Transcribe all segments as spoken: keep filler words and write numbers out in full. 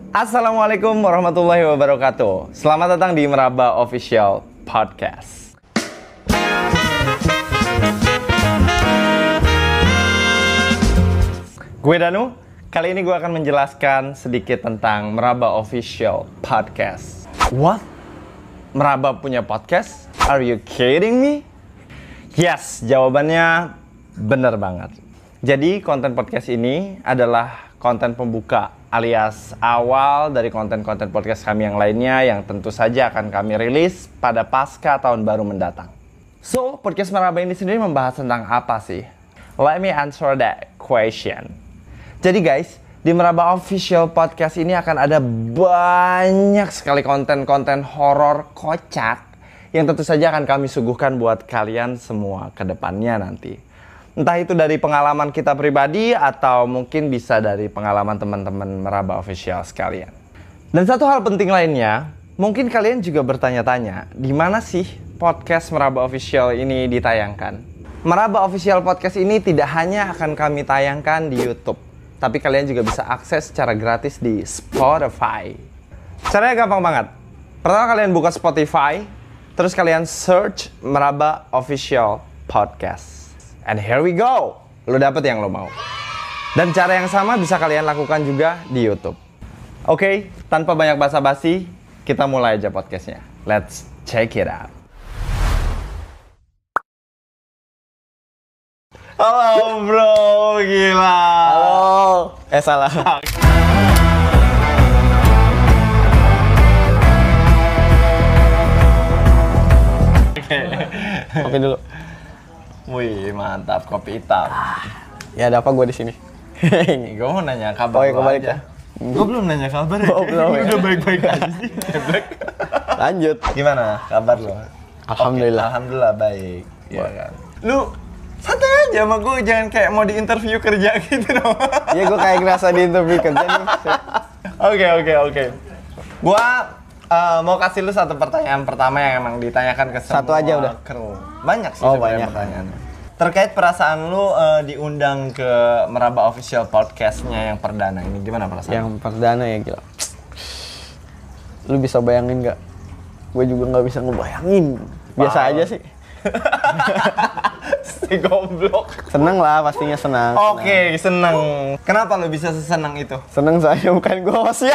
Assalamualaikum warahmatullahi wabarakatuh. Selamat datang di Meraba Official Podcast. Gue Danu. Kali ini gue akan menjelaskan sedikit tentang Meraba Official Podcast. What? Meraba punya podcast? Are you kidding me? Yes, jawabannya benar banget. Jadi konten podcast ini adalah konten pembuka alias awal dari konten-konten podcast kami yang lainnya yang tentu saja akan kami rilis pada pasca tahun baru mendatang. So, podcast Meraba ini sendiri membahas tentang apa sih? Let me answer that question. Jadi guys, di Meraba Official Podcast ini akan ada banyak sekali konten-konten horor kocak yang tentu saja akan kami suguhkan buat kalian semua ke depannya nanti. Entah itu dari pengalaman kita pribadi atau mungkin bisa dari pengalaman teman-teman Meraba Official sekalian. Dan satu hal penting lainnya, mungkin kalian juga bertanya-tanya, di mana sih podcast Meraba Official ini ditayangkan? Meraba Official Podcast ini tidak hanya akan kami tayangkan di YouTube, tapi kalian juga bisa akses secara gratis di Spotify. Caranya gampang banget. Pertama kalian buka Spotify, terus kalian search Meraba Official Podcast. And here we go, lo dapet yang lo mau. Dan cara yang sama bisa kalian lakukan juga di YouTube. Oke, okay, tanpa banyak basa-basi, kita mulai aja podcastnya. Let's check it out. Halo bro, gila. Halo. Eh salah. Oke. Kopi dulu. Wih, mantap kopi hitam. Ya ada apa gue di sini? Gue mau nanya kabar Oh, ya, lo kembali aja. ya? Gue belum nanya kabar ya. Oh, belum ya? Udah baik-baik aja sih. Lanjut. Gimana kabar lo? Alhamdulillah. Oke, alhamdulillah baik. Iya kan. Lu santai aja sama gue, jangan kayak mau di interview kerja gitu dong. Iya gue kayak ngerasa di interview kerja nih. Oke oke oke. Gue uh, mau kasih lu satu pertanyaan pertama yang emang ditanyakan ke semua Satu aja udah? kru. Banyak sih Oh, sebenarnya banyak. pertanyaannya. Terkait perasaan lu uh, diundang ke Meraba Official Podcast-nya yang perdana ini, gimana perasaan? Yang perdana ya gila. Lu bisa bayangin gak? Gue juga gak bisa ngebayangin. Biasa Wow. aja sih. Si goblok. Seneng lah pastinya senang. Oke, seneng. Kenapa lu bisa sesenang itu? Seneng saya bukan gue hostnya.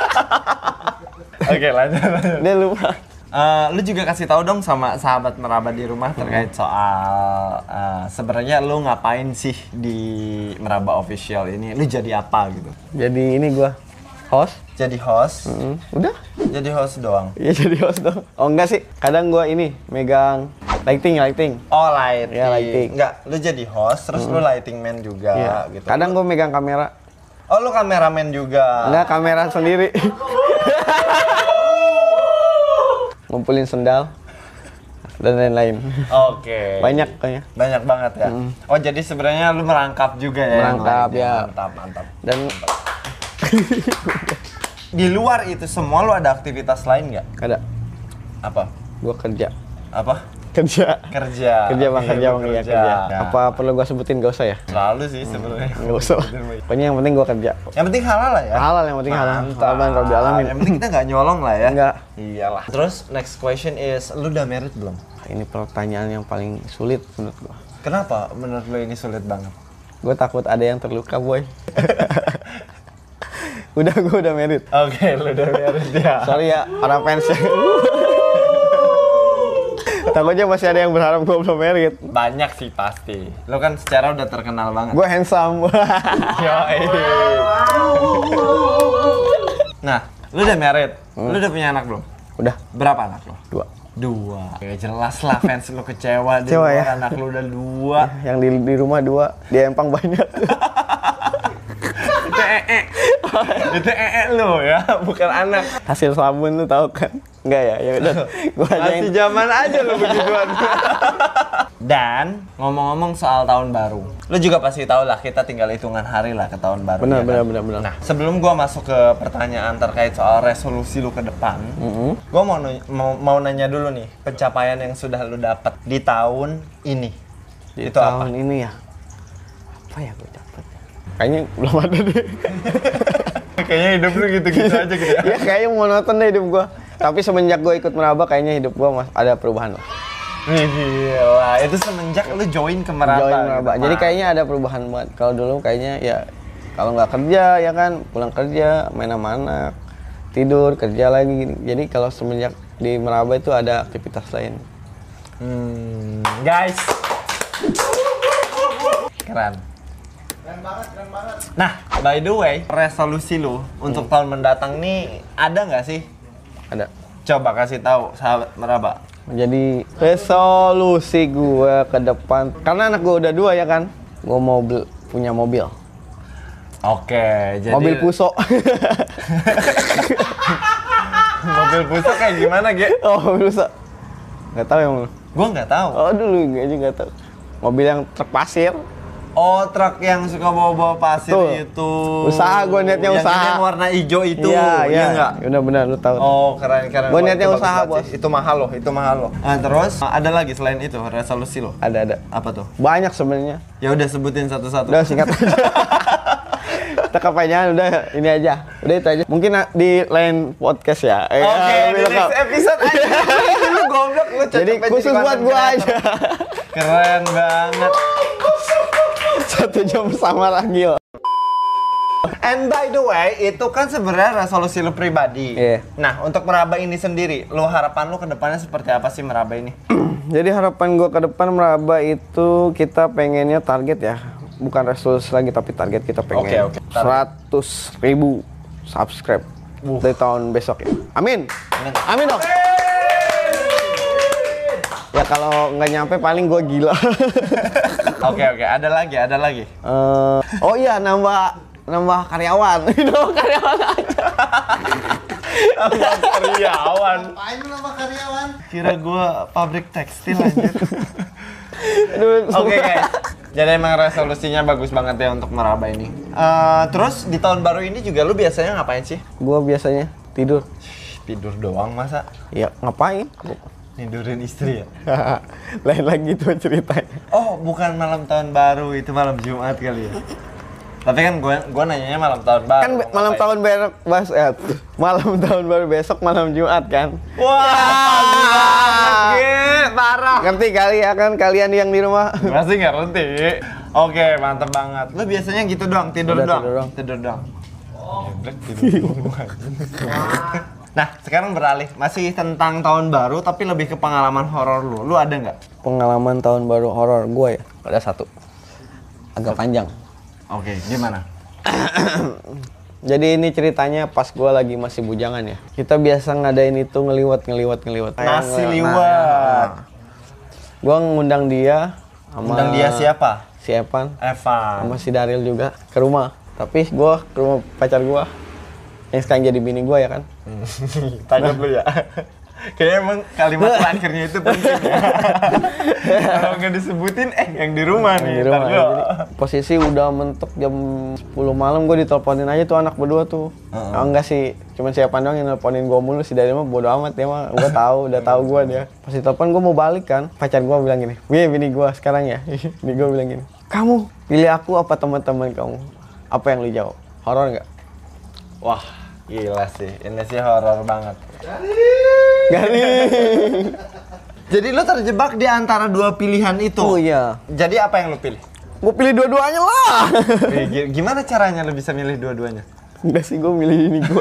Oke, lanjut lanjut. Dia lupa. Uh, lu juga kasih tahu dong sama sahabat Meraba di rumah terkait soal uh, sebenarnya lu ngapain sih di Meraba Official ini? Lu jadi apa gitu? Jadi ini gue host. Jadi host? Hmm, udah. Jadi host doang? Iya jadi host dong. Oh enggak sih. Kadang gue ini megang lighting lighting. Oh lighting? Iya, lighting. Enggak, lu jadi host terus lu lighting man juga Iya. gitu? Kadang gue megang kamera. Oh lu kameramen juga? Enggak, kamera sendiri. Ngumpulin sendal dan lain-lain. Oke. Banyak kayaknya. Banyak banget ya? Mm. Oh jadi sebenarnya lu merangkap juga ya? yang Merangkap, lainnya. ya. Mantap, mantap. Dan Di luar itu semua lu ada aktivitas lain nggak? ada Apa? gua kerja. Apa? Kerja. Kerja. Kerja bang, Oke, kerja lu bang, iya kerja. Apa perlu gua sebutin? Gak usah ya? Selalu sih sebenarnya. Gak usah. Pokoknya yang penting gua kerja. Yang penting halal lah ya. Halal yang penting halal. Mantap. Halal dan Rabbil alamin. Yang penting kita nggak nyolong lah ya. Enggak. Iyalah. Terus next question is, lu udah married belum? Ini pertanyaan yang paling sulit menurut gua. Kenapa menurut lu ini sulit banget? Gua takut ada yang terluka, boy. Udah, gua udah married. Oke, lu udah married ya. Sorry ya, para fans ya. Takutnya masih ada yang berharap gua belum married. Banyak sih pasti. Lu kan secara udah terkenal banget. Gue handsome. Yoi. Nah, lu udah married. Lu udah punya anak belum? Udah, Berapa anak lu? dua. Dua. Ya jelas lah fans lu kecewa di Kecewa luar ya? anak lu udah dua. Yang di, di rumah dua, di Empang banyak. Itu ee. Itu ee lu ya, bukan anak. Hasil sabun lu tahu kan? Enggak ya? Ya udah. Gua aja yang Masih zaman aja lu begituan. Dan ngomong-ngomong soal tahun baru, lu juga pasti tahu lah kita tinggal hitungan hari lah ke tahun baru. benar ya benar kan? benar benar. Nah, sebelum gua masuk ke pertanyaan terkait soal resolusi lu ke depan, Mm-hmm. gua mau, nu- mau mau nanya dulu nih, pencapaian yang sudah lu dapat di tahun ini. Di Itu tahun apa? ini ya. Apa ya gue dapat? Kayaknya belum ada deh. Kayaknya hidup lu gitu-gitu aja gitu ya. Ya kayaknya monoton deh hidup gua. Tapi semenjak gua ikut meraba kayaknya hidup gua mas ada perubahan loh. Wih, gila, itu semenjak lu join ke meraba. Join meraba. Gitu, Jadi kayaknya ada perubahan banget. Kalau dulu kayaknya ya kalau nggak kerja ya kan pulang kerja main sama anak, tidur kerja lagi gini. Jadi kalau semenjak di meraba itu ada aktivitas lain. Hmm, guys. Keren. Keren banget, keren banget. Nah, by the way, resolusi lu untuk tahun mendatang nih ada nggak sih? Ada. Coba kasih tahu sahabat meraba. Jadi resolusi gue ke depan karena anak gue udah dua ya kan, gue mau bel- punya mobil. Oke, jadi Mobil Puso. mobil Puso kayak gimana, Ge? Oh, mobil Puso. Gak tahu yang lu. Gua nggak tahu. Oh dulu gue juga gak tahu. Mobil yang truk pasir. Oh, truk yang suka bawa-bawa pasir Tuh. itu. Usaha, gua niatnya yang usaha. Yang warna hijau itu. Iya, iya. nggak? Udah benar lu tahu. Oh, keren keren. Gua Wah, niatnya itu bagus usaha, banget sih. Bos. Itu mahal loh, itu mahal loh. Nah, terus ada lagi selain itu resolusi lo? Ada ada. Apa tuh? Banyak sebenarnya. Ya udah sebutin satu-satu. Udah singkat aja. Kita kepanjangan udah ini aja. Udah itu aja. Mungkin na- di lain podcast ya. Eh, Oke, ya, di lebih next lengkap. episode aja. Lu goblok, lu cocok Jadi jadi khusus buat content gua creator. aja. Keren banget. Satu jam bersama Ragil. And by the way, itu kan sebenarnya resolusi lu pribadi. Iya. Nah, untuk meraba ini sendiri, lu harapan lu ke depannya seperti apa sih meraba ini? Jadi harapan gua ke depan meraba itu kita pengennya target ya. Bukan resolusi lagi tapi target kita pengen Oke, oke. seratus ribu subscribe Uh. dari tahun besok ya. Amin. Amin. Amin dong. Ya kalau nggak nyampe paling gua gila. Oke, oke. Ada lagi, ada lagi. Eh, oh iya nambah nambah karyawan. Nambah karyawan aja. Karyawan. Ngapain lu nama karyawan? Kira gua pabrik tekstil anjir. Aduh, Oke guys, jadi emang resolusinya bagus banget ya untuk meraba ini. Eh, terus di tahun baru ini juga lu biasanya ngapain sih? Gua biasanya tidur. Tidur doang masa? Ya ngapain? Tidurin istri ya? Lain lagi tuh ceritanya. Oh, bukan malam tahun baru, itu malam Jumat kali ya? Tapi kan gua gua nanyanya malam tahun baru. Kan be- malam tahun baru bas eh, malam tahun baru besok malam Jumat kan. Wah, banget, parah. Ngerti kali ya kan kalian yang di rumah. Masih nggak ngerti. Oke, mantep banget. Lu biasanya gitu doang, tidur Udah, doang. tidur doang. Tidur doang. Geblek, tidur doang. Nah, sekarang beralih. Masih tentang tahun baru, tapi lebih ke pengalaman horor lu. Lu ada nggak? Pengalaman tahun baru horor gue ya. Ada satu. Agak panjang. Oke, gimana? Jadi ini ceritanya pas gue lagi masih bujangan ya. Kita biasa ngadain itu ngeliwat ngeliwat ngeliwat. Nasi Nah, liwat. Gue ngundang dia sama Undang dia siapa? si Evan Evan. sama si Daril juga ke rumah. Tapi gue ke rumah pacar gue yang sekarang jadi bini gue ya kan. Tanya dulu ya. Kayaknya emang kalimat terakhirnya itu penting ya. Kalau nggak disebutin, eh yang di rumah nih. Di rumah. Ntar Ya, gua- jadi posisi udah mentok jam sepuluh malam gue diteleponin aja tuh anak berdua tuh. Heeh. Oh, enggak sih, cuman si Evan doang yang nelponin gue mulu, si Daril mah bodo amat ya mah. Gue tahu, udah tahu gue dia. Pas ditelepon gue mau balik kan, pacar gue bilang gini, "Wih, bini gue sekarang ya." Bini gue bilang gini, "Kamu pilih aku apa teman-teman kamu?" Apa yang lu jawab? Horor nggak? Wah, gila sih. Ini sih horor banget. Garing. Jadi lu terjebak di antara dua pilihan itu. Oh iya. Jadi apa yang lu pilih? Gue pilih dua-duanya lah. Eh, gi- Gimana caranya lu bisa milih dua-duanya? Enggak sih, gue milih ini gue.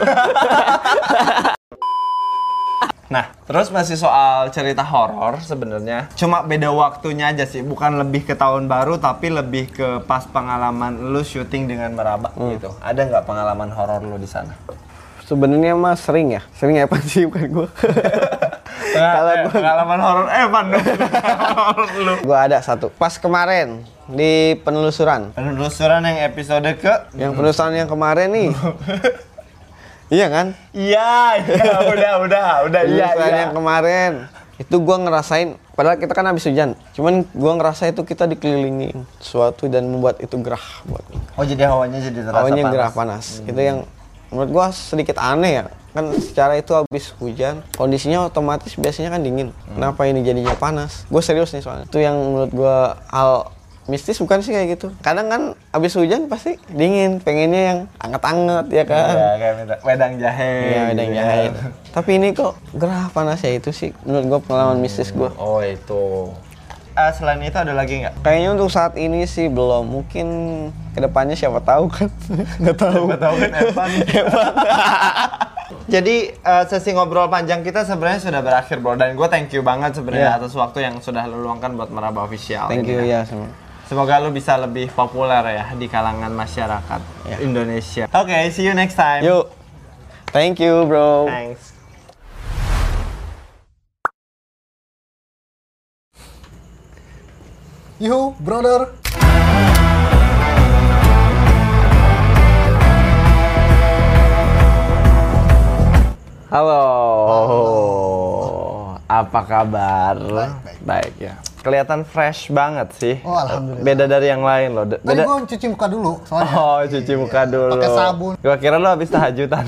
Nah, terus masih soal cerita horor sebenarnya. Cuma beda waktunya aja sih, bukan lebih ke tahun baru tapi lebih ke pas pengalaman lu syuting dengan Meraba gitu. Ada nggak pengalaman horor lu di sana? Sebenarnya mah sering ya. Sering ya, Evan sih bukan gue. Kalau Eh, gua- pengalaman horor Evan dong. Horor lu. Gue ada satu. Pas kemarin di penelusuran. Penelusuran yang episode ke Yang penelusuran yang kemarin nih. Iya kan? Iya, iya, udah, udah, udah, iya, Penelusuran iya. yang kemarin. Itu gue ngerasain, padahal kita kan habis hujan. Cuman gue ngerasa itu kita dikelilingi sesuatu dan membuat itu gerah buat. Oh, jadi hawanya jadi terasa Awalnya panas. gerah panas. Itu yang menurut gua sedikit aneh ya. Kan secara itu habis hujan, kondisinya otomatis biasanya kan dingin. Kenapa ini jadinya panas? Gue serius nih soalnya. Itu yang menurut gua hal Mistis bukan sih kayak gitu. Kadang kan abis hujan pasti dingin, pengennya yang anget-anget ya kan. Iya, kayak minta- wedang jahe. Iya, wedang gitu jahe. kan. Tapi ini kok gerah panasnya itu sih menurut gue pengalaman mistis gue. Oh itu. Eh, selain itu ada lagi nggak? Kayaknya untuk saat ini sih belum. Mungkin kedepannya siapa tahu kan. Nggak tahu. Nggak tahu kan Evan. Jadi eh, sesi ngobrol panjang kita sebenarnya sudah berakhir bro, dan gue thank you banget sebenarnya Yeah. atas waktu yang sudah lu luangkan buat Meraba Official. Thank ini you kan. ya sama. Semoga lu bisa lebih populer ya di kalangan masyarakat Yeah. Indonesia. Oke, see you next time. Yuk. Thank you bro. Thanks. Yo, brother. Halo. Apa kabar? Baik, baik. Baik ya. Kelihatan fresh banget sih. Oh, alhamdulillah. Beda dari yang lain loh. De- Tadi Beda. gua cuci muka dulu, soalnya. Oh, cuci Iya, muka dulu. Pakai sabun. Gua kira lo habis tahajudan.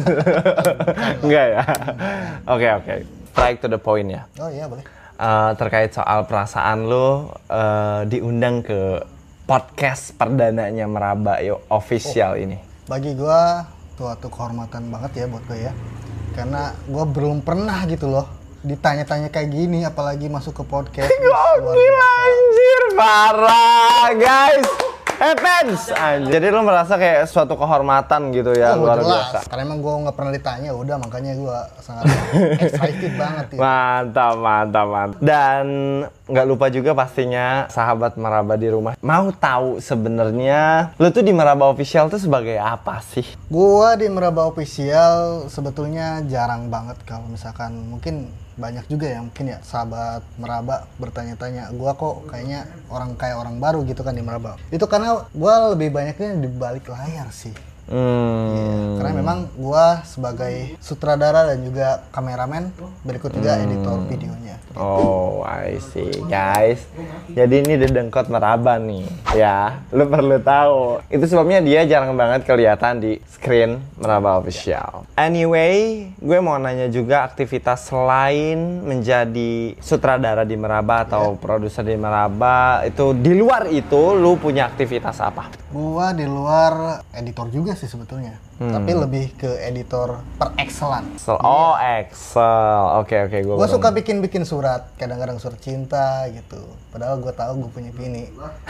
Enggak ya? Oke, oke. Straight to the point ya. Oh iya, boleh. Eh, terkait soal perasaan lo eh, diundang ke podcast perdananya Meraba Yo Official ini. Bagi gua suatu kehormatan banget ya buat gue ya. Karena gua belum pernah gitu loh ditanya-tanya kayak gini, apalagi masuk ke podcast. Luar Gila biasa. anjir, parah guys. Eh fans, anjir. Jadi lo merasa kayak suatu kehormatan gitu ya, Oh, luar jelas. biasa. Karena emang gue nggak pernah ditanya, udah makanya gue sangat excited banget ya. Mantap, mantap, mantap. Dan nggak lupa juga pastinya sahabat Meraba di rumah mau tahu sebenarnya lo tuh di Meraba Official tuh sebagai apa sih? Gua di Meraba Official sebetulnya jarang banget kalau misalkan mungkin banyak juga ya mungkin ya sahabat Meraba bertanya-tanya gua kok kayaknya orang kayak orang baru gitu kan di Meraba. Itu karena gua lebih banyaknya di balik layar sih. Hmm. Karena memang gua sebagai sutradara dan juga kameramen, berikut juga editor videonya. Oh, I see, guys. Jadi ini dedengkot Meraba nih, ya. Lu perlu tahu. Itu sebabnya dia jarang banget kelihatan di screen Meraba Official. Anyway, gue mau nanya juga aktivitas selain menjadi sutradara di Meraba atau produser di Meraba, itu di luar itu lu punya aktivitas apa? Gua di luar editor juga sih sebetulnya, tapi lebih ke editor per Excelan. Excel. Oh, Excel. Oke, oke, gue Gue suka bikin-bikin surat, kadang-kadang surat cinta gitu. Padahal gue tahu gue punya bini.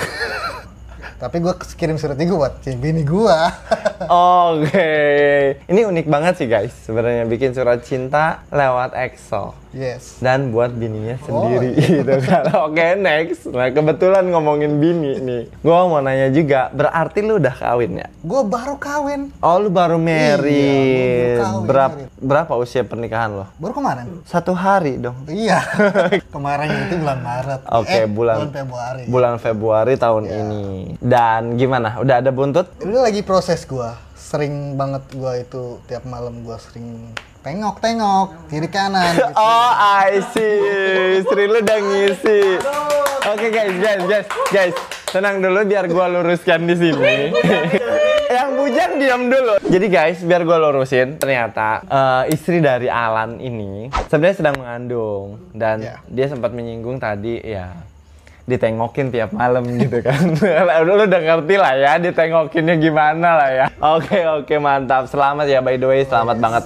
Tapi gue kirim surat itu buat bini gue. Oke, ini unik banget sih guys. Sebenarnya bikin surat cinta lewat Excel. Yes. Dan buat bininya sendiri Oh, iya. gitu kan. Oke, next. Nah, kebetulan ngomongin bini nih. Gua mau nanya juga, berarti lu udah kawin ya? Gue baru kawin. Oh, lu baru Iya, married. gua baru kawin, Berapa married. berapa usia pernikahan lo? Baru kemarin. Satu hari dong. Iya. Kemarin itu bulan Maret. Oke, Eh, bulan Februari. bulan Februari tahun Iya. ini. Dan gimana? Udah ada buntut? Ini lagi proses gue. Sering banget gue itu tiap malam gue sering tengok-tengok kiri kanan. Gitu. Oh, I see. Istri lu udah ngisi. Oke guys, guys, guys, guys. Tenang dulu biar gua luruskan di sini. Yang bujang diam dulu. Jadi guys, biar gua lurusin, ternyata eh, istri dari Alan ini sebenarnya sedang mengandung dan Ya. dia sempat menyinggung tadi ya ditengokin tiap malam gitu kan. Lu udah ngerti lah ya ditengokinnya gimana lah ya. Oke, oke, mantap. Selamat ya by the way, selamat banget.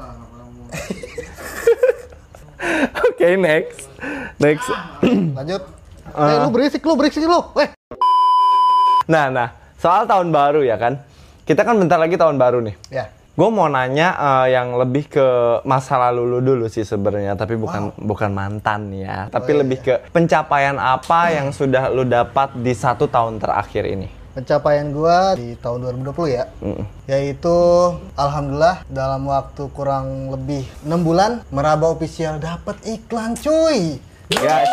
Oke, next. Next. Lanjut. Eh, lu berisik lu, berisik lu. Weh. Nah, nah, soal tahun baru ya kan. Kita kan bentar lagi tahun baru nih. Ya. Gue mau nanya eh, yang lebih ke masa lalu lu dulu sih sebenarnya, tapi bukan bukan mantan ya, tapi iya, lebih ke pencapaian apa yang sudah lu dapat di satu tahun terakhir ini. Pencapaian gua di tahun dua ribu dua puluh ya, Mm. yaitu alhamdulillah dalam waktu kurang lebih enam bulan Meraba Official dapat iklan cuy. Guys.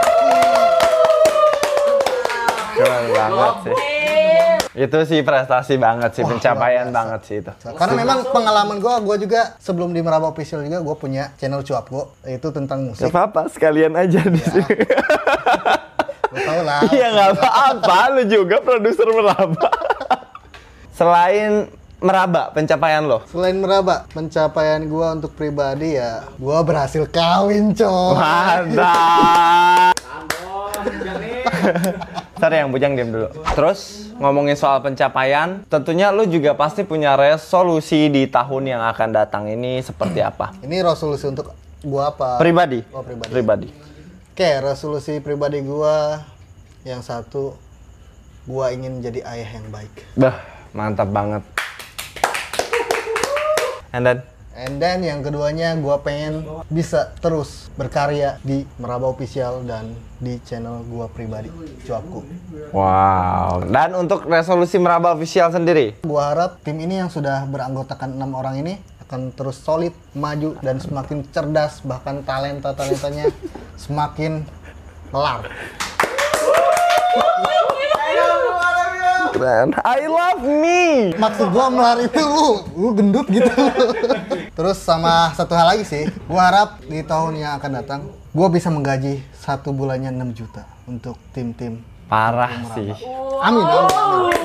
Keren banget sih. Itu sih prestasi banget sih, Wah, pencapaian luar biasa. banget sih itu. Karena memang pengalaman gua, gua juga sebelum di Meraba Official juga gua punya channel cuap gua, itu tentang musik. Gak apa-apa, sekalian aja di sini. Lo tau lah. Iya nggak apa-apa, lu juga produser Meraba. Selain Meraba, pencapaian lo? Selain Meraba, pencapaian gua untuk pribadi ya, gua berhasil kawin coy. Mantap. Sorry yang bujang diam dulu. Terus ngomongin soal pencapaian, tentunya lu juga pasti punya resolusi di tahun yang akan datang ini seperti apa? Ini resolusi untuk gua apa? Pribadi. Oh, pribadi. Pribadi. Oke, resolusi pribadi gua yang satu, gua ingin jadi ayah yang baik. Bah, mantap banget. And then? And then yang keduanya gua pengen bisa terus berkarya di Meraba Official dan di channel gua pribadi, Cuapku. Wow. Dan untuk resolusi Meraba Official sendiri? Gua harap tim ini yang sudah beranggotakan enam orang ini akan terus solid, maju dan semakin cerdas, bahkan talenta-talentanya semakin melar. Keren. I love me. Maksud gua melar itu lu, lu gendut gitu. Terus sama satu hal lagi sih, gua harap di tahun yang akan datang, gua bisa menggaji satu bulannya enam juta untuk tim-tim. Parah sih. Amin, amin, amin.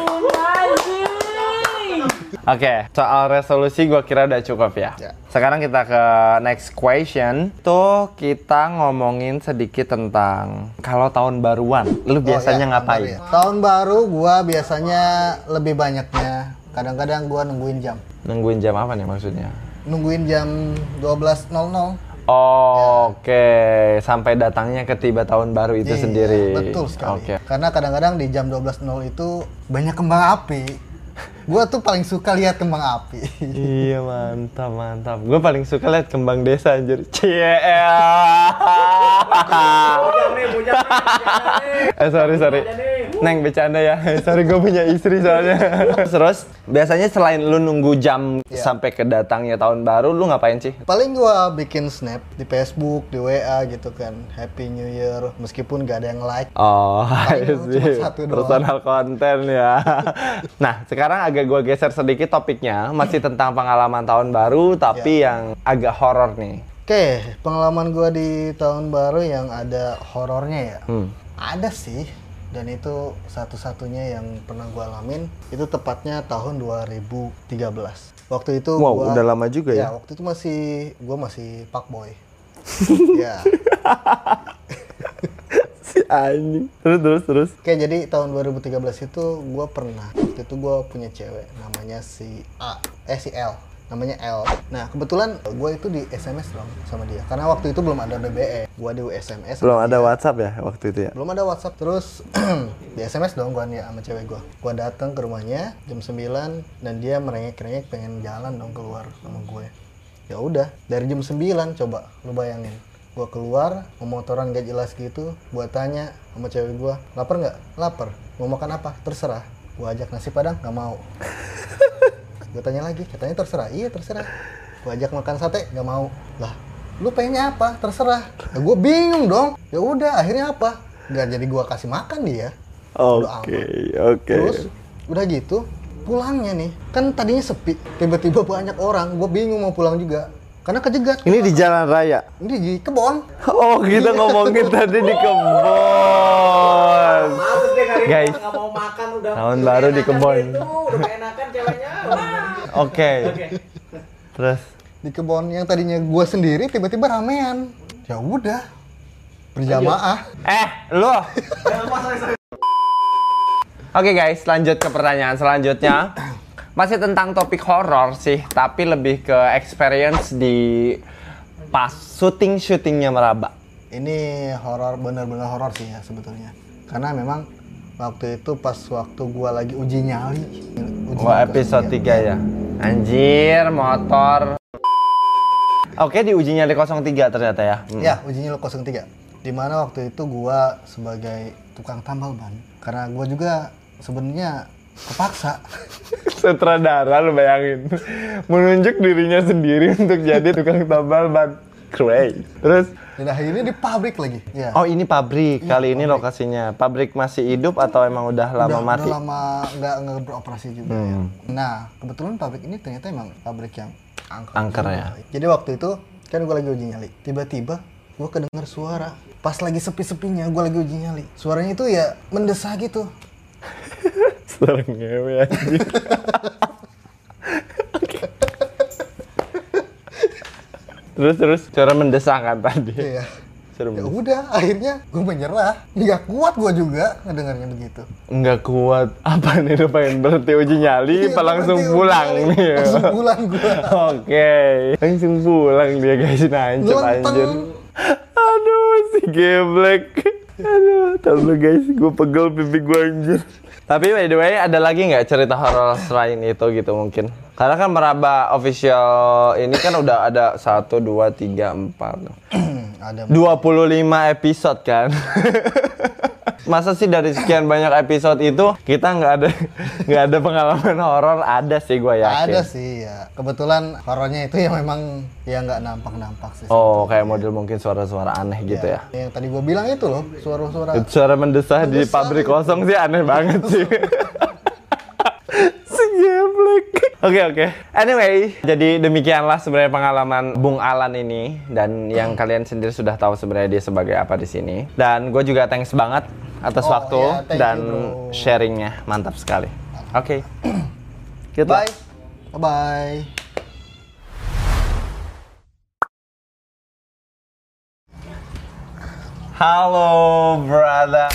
Oke, soal resolusi gue kira udah cukup ya. Ya. Sekarang kita ke next question. Tuh kita ngomongin sedikit tentang kalau tahun baruan, lu biasanya Oh, ya, ngapain? Tahun baru, ya. Tahun baru gua biasanya lebih banyaknya, kadang-kadang gua nungguin jam. Nungguin jam apa nih maksudnya? Nungguin jam dua belas nol nol. Oh, Oke, sampai datangnya ketiba tahun baru itu Iya, sendiri. Betul sekali. Oke. Karena kadang-kadang di jam dua belas nol itu banyak kembang api. Gua tuh paling suka lihat kembang api. Iya mantap mantap. Gue paling suka lihat kembang desa anjir. Cie. Eh sorry sorry. Neng bercanda ya. Sorry gue punya istri soalnya. Terus biasanya selain lu nunggu jam Iya. sampai kedatangnya tahun baru, lu ngapain sih? Paling gua bikin snap di Facebook, di W A gitu kan. Happy New Year meskipun gak ada yang like. Oh, I Paling see. cuma satu doang. Personal konten ya. Nah, sekarang agak gue geser sedikit topiknya, masih tentang pengalaman tahun baru, tapi Ya. yang agak horor nih. Oke, pengalaman gua di tahun baru yang ada horornya ya. Hmm. Ada sih, dan itu satu-satunya yang pernah gua alamin. Itu tepatnya tahun dua ribu tiga belas. Waktu itu Wow, gua, udah lama juga ya? Ya, waktu itu masih gua masih fuckboy. Ya. Si anjing. Terus terus terus. Oke, jadi tahun dua ribu tiga belas itu gua pernah. Waktu itu gua punya cewek namanya si A, eh si L. Namanya L. Nah, kebetulan gue itu di S M S dong sama dia. Karena waktu itu belum ada B B M. Gue di S M S. Belum sama ada dia. WhatsApp ya waktu itu ya? Belum ada WhatsApp. Terus di S M S dong gue nih sama cewek gue. Gue datang ke rumahnya jam sembilan dan dia merengek-rengek pengen jalan dong keluar sama gue. Ya udah, dari jam sembilan coba lu bayangin. Gue keluar, memotoran gak jelas gitu. Gue tanya sama cewek gue, lapar nggak? Lapar. Mau makan apa? Terserah. Gue ajak nasi padang, nggak mau. Gue tanya lagi, katanya terserah. Iya terserah. Gue ajak makan sate, nggak mau. Lah, lu pengennya apa? Terserah. Nah, gue bingung dong. Ya udah, akhirnya apa? Nggak jadi gue kasih makan dia. Bodo amat. Oke, oke. Terus udah gitu, pulangnya nih, kan tadinya sepi. Tiba-tiba banyak orang. Gue bingung mau pulang juga. Karena kejegat. Ini di jalan raya. Ini di kebon. Oh, kita ngomongin tadi di kebon. Guys, nggak mau makan udah tahun baru di kebon. itu udah keenakan ceweknya. Oke. Terus Di kebon yang tadinya gue sendiri, tiba-tiba ramean. Ya udah, berjamaah. eh, lu. Oke guys, lanjut ke pertanyaan selanjutnya. Masih tentang topik horor sih, tapi lebih ke experience di pas syuting-syutingnya Meraba. Ini horor, bener-bener horor sih ya sebetulnya. Karena memang waktu itu pas waktu gua lagi uji nyali. Uji Wah, nyali episode kelas tiga ya. Anjir, motor. Oke, di uji nyali nol tiga ternyata ya. Hmm. Ya, uji nyali nol tiga. Dimana waktu itu gua sebagai tukang tambal ban. Karena gua juga sebenarnya kepaksa. Sutradara lu bayangin. Menunjuk dirinya sendiri untuk jadi tukang tambal ban. Great. Terus, Dan akhirnya di pabrik lagi. Ya. oh ini pabrik. Iya, Kali ini pabrik. lokasinya. Pabrik masih hidup atau emang udah lama udah, mati? Udah lama nggak nggak beroperasi juga. Hmm. Ya. Nah, kebetulan pabrik ini ternyata emang pabrik yang angker. Angker juga. ya. Jadi waktu itu kan gue lagi uji nyali. Tiba-tiba gue kedengar suara. Pas lagi sepi-sepinya gue lagi uji nyali. Suaranya itu ya mendesak gitu. Suara ngewe anjing. Terus terus cara mendesak kan tadi. Iya. Serem. Ya udah, akhirnya gue menyerah. Nggak kuat gue juga ngedengarnya begitu. Nggak kuat. Apa nih, lu pengen berhenti uji nyali, Iya, apa langsung berhenti pulang uji nyali. nih? Langsung pulang gue. Oke, langsung pulang dia guys, nancep Lonteng. anjir. Aduh, si geblek. Aduh, tau lu guys, gue pegel pipi gue anjir. Tapi by the way, ada lagi nggak cerita horor selain itu gitu mungkin? Karena kan Meraba Official ini kan udah ada satu, dua, tiga, empat, Ada dua puluh lima episode kan? Masa sih dari sekian banyak episode itu kita nggak ada nggak ada pengalaman horor? Ada sih, gue yakin. Ada sih ya. Kebetulan horornya itu ya memang ya nggak nampak-nampak sih. Oh, kayak model mungkin suara-suara aneh gitu ya? Yang tadi gue bilang itu loh, suara-suara. Itu suara mendesah di Mendesah pabrik itu. kosong sih aneh banget sih. Si geblek. Oke oke. Anyway, jadi demikianlah sebenarnya pengalaman Bung Alan ini dan yang kalian sendiri sudah tahu sebenarnya dia sebagai apa di sini. Dan gue juga thanks banget atas Oh, waktu ya, thank dan you, bro. sharingnya mantap sekali. Oke. Gitu. Bye. Bye-bye. Halo, brother.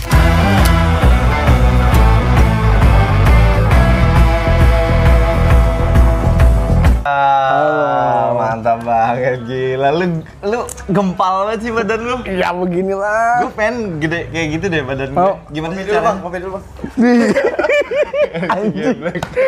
Ah, mantap banget, gila. Lu lu gempal banget sih badan lu. Ya beginilah. Gue pengen gede kayak gitu deh badan gue. Mau? Gimana sih caranya? Kopi dulu bang. Anjing.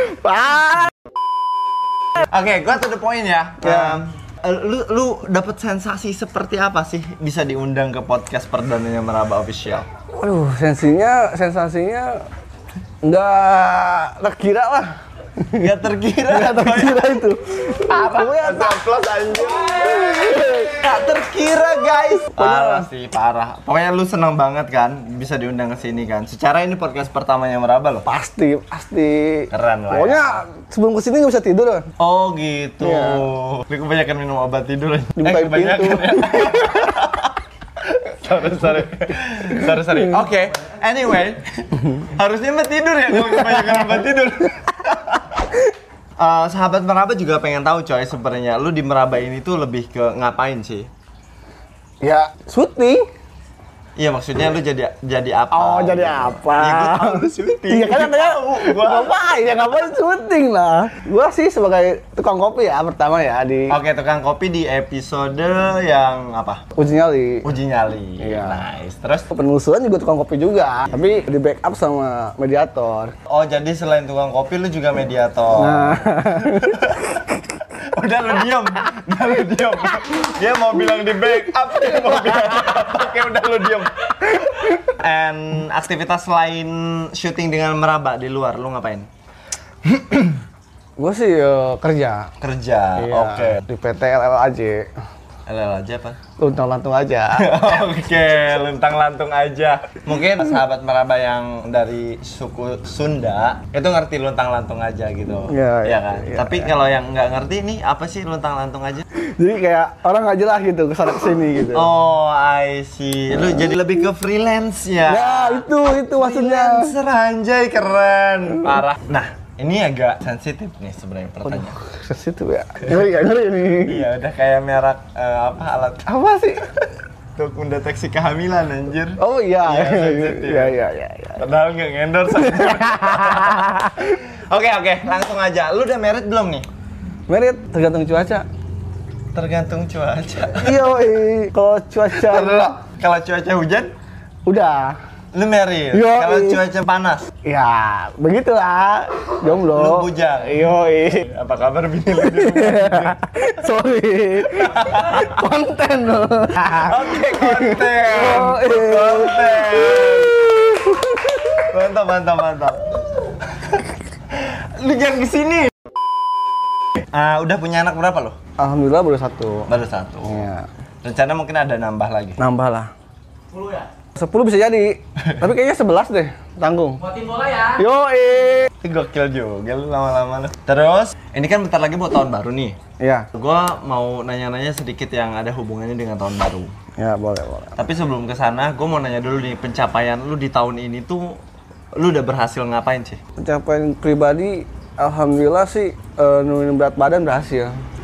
Oke, gue to the point ya. Um, lu lu dapat sensasi seperti apa sih bisa diundang ke podcast perdananya Meraba Official? Waduh, sensinya, sensasinya nggak terkira lah. Gak terkira. Nggak terkira itu. Pokoknya Plus anjir. Gak terkira guys. Parah sih, parah. Pokoknya lu seneng banget kan bisa diundang ke sini kan. Secara ini podcast pertamanya Meraba loh. pasti, pasti. Keren lah. Pokoknya sebelum kesini nggak bisa tidur kan. Oh gitu. Iya. Lu kebanyakan minum obat tidur. Eh, Dibukain kebanyakan pintu. ya. sorry, sorry. Sorry, sorry. Oke. Anyway, harusnya mah tidur ya kalau kebanyakan obat tidur. Eh, sahabat Meraba juga pengen tahu coy sebenarnya lu di Meraba ini tuh lebih ke ngapain sih? Ya, syuting. Iya maksudnya lu jadi jadi apa? Oh, jadi gitu. apa? Ya gue tahu lu syuting. Iya kan katanya gua. ngapain ya ngapain syuting lah. Gua sih sebagai tukang kopi ya pertama ya di Oke, tukang kopi di episode yang apa? uji nyali. Uji nyali. Iya. Nice. Terus Penelusuran juga tukang kopi juga, tapi di backup sama mediator. oh jadi selain tukang kopi lu juga mediator. Nah, Udah lu diam, udah lu diam. Dia mau bilang di backup, dia mau bilang apa? Oke, udah lu diam. And aktivitas selain syuting dengan Meraba di luar, lu ngapain? gua sih eh, kerja. Kerja. Iya, Oke. di P T L L A J. L L aja apa? Luntang-lantung aja. Oke, luntang-lantung aja. Mungkin sahabat Meraba yang dari suku Sunda itu ngerti luntang-lantung aja gitu. Iya, Iya iya, kan? iya, Tapi iya. kalau yang nggak ngerti nih apa sih luntang-lantung aja? Jadi kayak orang nggak jelas gitu kesana kesini gitu. Oh, I see. Lu jadi lebih ke freelance ya? Ya itu itu maksudnya. Freelancer anjay, keren. Parah. Nah, ini agak sensitif nih sebenarnya pertanyaan. Ke situ ya. Ngeri ya ngeri nih. Iya, udah kayak merek eh, apa alat Apa sih? untuk mendeteksi kehamilan anjir. Oh iya. Iya, sensitif. Iya iya iya. iya. Padahal nggak ngendorse. Oke oke, langsung aja. Lu udah married belum nih? Merit tergantung cuaca. Tergantung cuaca. Iya, kalau cuaca Terus, kalau cuaca hujan, udah. lu married. Yoi. Kalau cuaca panas, Ya, begitulah. Jomblo. lu bujang. Yo, Apa kabar bini lu di rumah? sorry. Konten loh. Oke, konten. Yoi. Konten. Mantap, mantap, mantap. Lu jangan kesini. Ah, udah punya anak berapa lo? Alhamdulillah baru satu. Baru satu. Iya. Rencana mungkin ada nambah lagi. Nambah lah. sepuluh ya? sepuluh bisa jadi. Tapi kayaknya sebelas deh, tanggung. Buatin bola ya? Yoi. Ini gokil juga lu lama-lama lu. Terus, ini kan bentar lagi mau tahun baru nih. Iya. Gua mau nanya-nanya sedikit yang ada hubungannya dengan tahun baru. Ya, boleh, boleh. Tapi sebelum ke sana, gua mau nanya dulu nih pencapaian lu di tahun ini tuh lu udah berhasil ngapain sih? Pencapaian pribadi alhamdulillah sih eh, nurunin berat badan berhasil.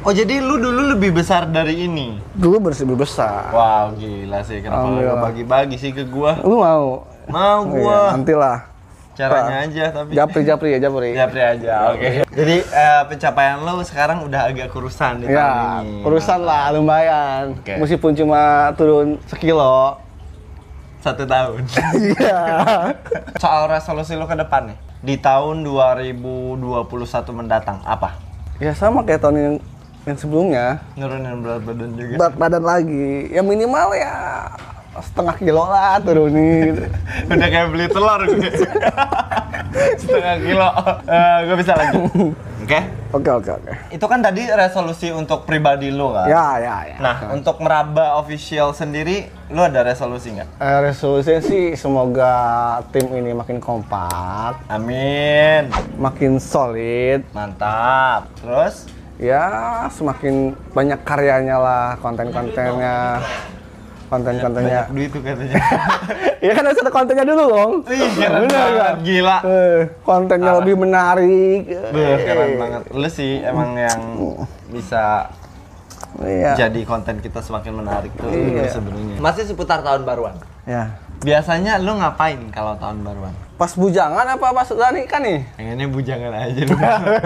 Oh jadi lu dulu lebih besar dari ini? Dulu bersih lebih besar. Wow gila sih, kenapa nggak Alhamdulillah. bagi-bagi sih ke gua? Lu mau? Mau Oh, gua. iya, nantilah. Caranya aja tapi. Japri, japri ya, japri. Japri aja, oke. Jadi eh, pencapaian lo sekarang udah agak kurusan di tahun Ya, ini. urusan lah, lumayan. Oke. Meskipun cuma turun sekilo. Satu tahun. Iya. Soal resolusi lo ke depan nih, di tahun dua ribu dua puluh satu mendatang, apa? Ya sama kayak tahun yang, yang sebelumnya. Nurunin berat badan juga. Berat badan lagi. Ya minimal ya setengah kilo lah turunin. Udah kayak beli telur gue. Setengah kilo. Eh, gue bisa lagi. Oke? Oke, oke, oke. Itu kan tadi resolusi untuk pribadi lo kan? Ya, ya, ya. Nah, untuk Meraba Official sendiri, lo ada resolusi nggak? Eh, resolusinya sih semoga tim ini makin kompak, Amin. makin solid, Mantap. Terus? ya semakin banyak karyanya lah, konten-kontennya, konten-kontennya. Banyak duit tuh katanya. Ya kan harus ada kontennya dulu dong. Wih, keren Bener banget, nggak? gila. Eh, kontennya lebih menarik. Beuh, keren Eh, banget. Lu sih emang yang bisa Iya. jadi konten kita semakin menarik tuh Iya. lu sebenarnya. Masih seputar tahun baruan. Ya. Biasanya lu ngapain kalau tahun baruan? Pas bujangan apa pas udah nikah nih? Pengennya bujangan aja lu.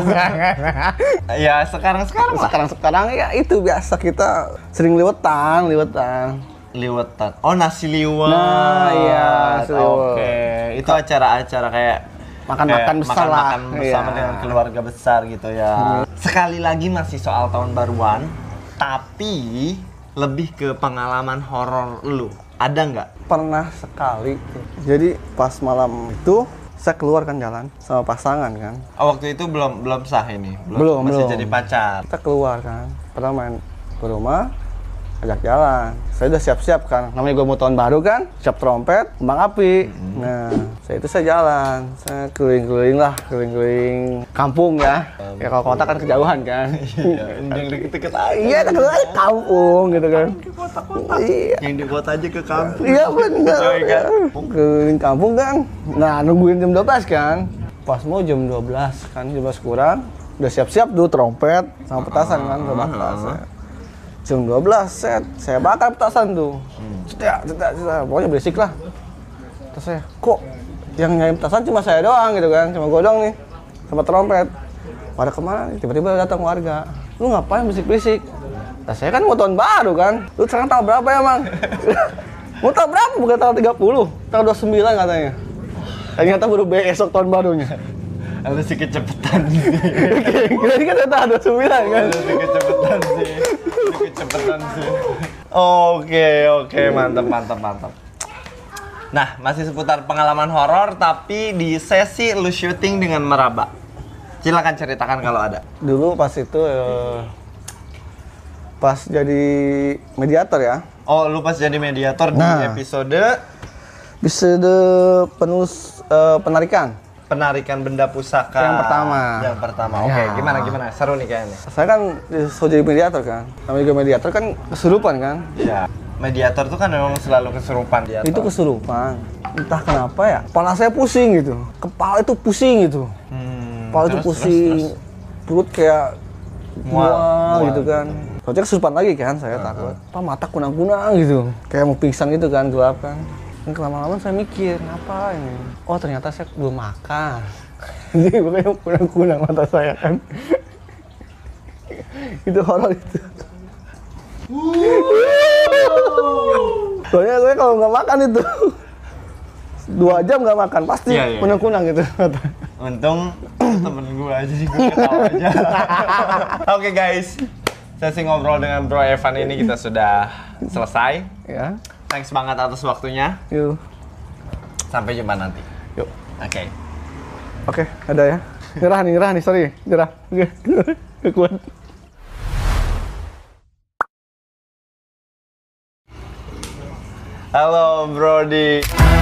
Ya sekarang-sekarang lah. Sekarang-sekarang ya itu biasa kita sering liwetan, liwetan. Liwetan. Oh, nasi liwet. Nah, iya, nasi liwet. Oke, itu acara-acara kayak Makan-makan kayak besar lah. makan-makan bersama Iya. dengan keluarga besar gitu ya. Sekali lagi masih soal tahun baruan, tapi lebih ke pengalaman horor lu. Ada nggak? Pernah sekali. Jadi pas malam itu saya keluar kan jalan sama pasangan kan. Oh, waktu itu belum belum sah ini. Belum, masih belum. jadi pacar. Kita keluar kan. Pernah main ke rumah, ajak jalan. Saya udah siap-siap kan. Namanya gue mau tahun baru kan, siap trompet, kembang api. Nah, saya itu saya jalan. Saya keliling-keliling lah, keliling-keliling kampung ya. Ya kalau kota kan kejauhan kan. Iya, yang deket-deket aja. Iya, deket aja kampung gitu kan. Iya. Yang di kota aja ke kampung. Iya bener. Coy, kan? Keliling kampung kan. Nah, nungguin jam dua belas kan. Pas mau jam dua belas kan, jam dua belas kurang. Udah siap-siap tuh trompet sama petasan kan, udah bakar. Saya. Jam dua belas set, saya bakar petasan tuh. Cetak, cetak, cetak. Pokoknya berisik lah. Terus saya, kok yang nyari petasan cuma saya doang gitu kan, cuma gue doang nih. Sama trompet. Pada kemana nih? Tiba-tiba datang warga. Lu ngapain berisik-berisik? Nah, saya kan mau tahun baru kan. Lu sekarang tanggal berapa ya, Mang? Mau tanggal berapa? Bukan tanggal tiga puluh. Tanggal dua puluh sembilan katanya. Ternyata baru besok tahun barunya. Lu sih kecepetan sih. Kira kan tanggal dua puluh sembilan kan? Lu sih kecepetan sih. Lu kecepetan sih. Oke, oke, mantap, mantap, mantap. Nah, masih seputar pengalaman horor tapi di sesi lu syuting dengan Meraba. Silakan ceritakan kalau ada. Dulu pas itu eh, pas jadi mediator ya. Oh, lu pas jadi mediator di Nah. episode Bisa de penulis eh, penarikan. penarikan benda pusaka Yang pertama. Yang pertama. Oke, Ya. gimana gimana? Seru nih kayaknya. Saya kan so jadi mediator kan. Namanya juga mediator kan kesurupan kan. Iya. Mediator tuh kan memang selalu kesurupan dia. Itu kesurupan. Entah kenapa ya. Kepala saya pusing gitu. Kepala itu pusing gitu. Hmm, Kepala itu terus, pusing. terus, terus. Perut kayak Mual, mual, mual. gitu kan. Soalnya kesurupan lagi kan, saya takut. Apa mata kunang-kunang gitu. Kayak mau pingsan gitu kan, gelap kan. Dan lama-lama saya mikir, ngapa ini? Oh ternyata saya belum makan. Jadi makanya kunang-kunang mata saya kan. Itu horor itu. Soalnya saya kalau nggak makan itu dua jam nggak makan pasti Iya, iya. kunang-kunang gitu. Untung temen gue aja sih, gue ketawa aja. Oke guys, sesi ngobrol dengan Bro Evan ini kita sudah selesai. Ya, Thanks banget atas waktunya. yuk, Sampai jumpa nanti. yuk. Oke. Oke, ada ya. Nyerah nih, nyerah nih, sorry, nyerah. Oke, gak kuat. Halo Brody.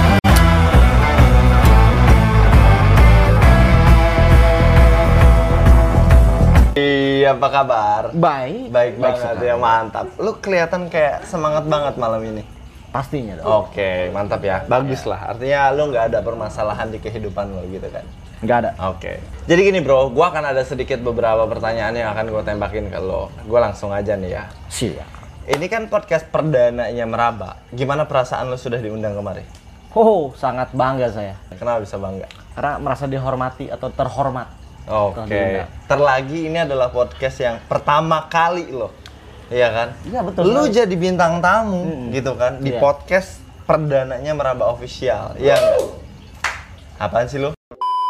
Iya, apa kabar? Baik. Baik banget ya, mantap. Lu kelihatan kayak semangat banget malam ini. Pastinya dong. Oke, mantap ya. Bagus lah. Artinya lu nggak ada permasalahan di kehidupan lo gitu kan. Nggak ada. Oke. Jadi gini bro, gua akan ada sedikit beberapa pertanyaan yang akan gua tembakin ke lo. Gua langsung aja nih ya. Siap. Ini kan podcast perdananya Meraba. Gimana perasaan lo sudah diundang kemari? Oh, sangat bangga saya. Kenapa bisa bangga? Karena merasa dihormati atau terhormat. Oke. diundang. Terlagi ini adalah podcast yang pertama kali lo. Iya kan? Iya, betul. Lu sekali. jadi bintang tamu gitu kan di Iya. podcast perdananya Meraba Official. Iya enggak? Apaan sih lo?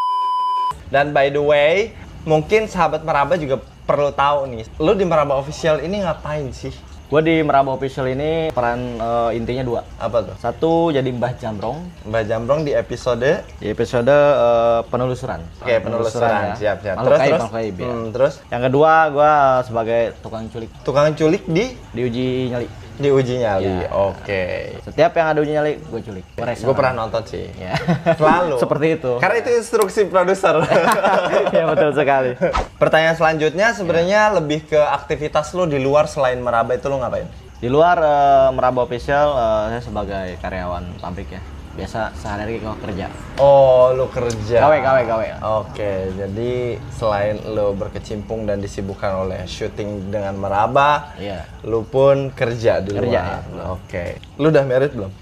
Dan by the way, mungkin sahabat Meraba juga perlu tahu nih, lu di Meraba Official ini ngapain sih? Gue di Meraba Official ini peran eh, intinya dua. Apa tuh? Satu jadi Mbah Jamrong Mbak Jambrong di episode di episode eh, penelusuran. Oke, penelusuran. Siap, siap. Makhluk Terus, gaib, terus? makhluk gaib, ya. Hmm, terus? Yang kedua, gue sebagai tukang culik Tukang culik di diuji nyali. di uji nyali. Iya. Oke. Setiap yang ada uji nyali, gue culik. Gue pernah nonton sih. Ya. Selalu. Seperti itu. Karena itu instruksi produser. Ya betul sekali. Pertanyaan selanjutnya sebenarnya lebih ke aktivitas lu di luar selain Meraba itu lu ngapain? Di luar eh, Meraba Official, eh, saya sebagai karyawan pabrik ya. Biasa sehari-hari gue kerja. Oh, lu kerja. Gawe, gawe, gawe. Oke, jadi selain lu berkecimpung dan disibukkan oleh syuting dengan Meraba, Iya. lu pun kerja di Kerja, luar. ya. Oke. Lu udah married belum?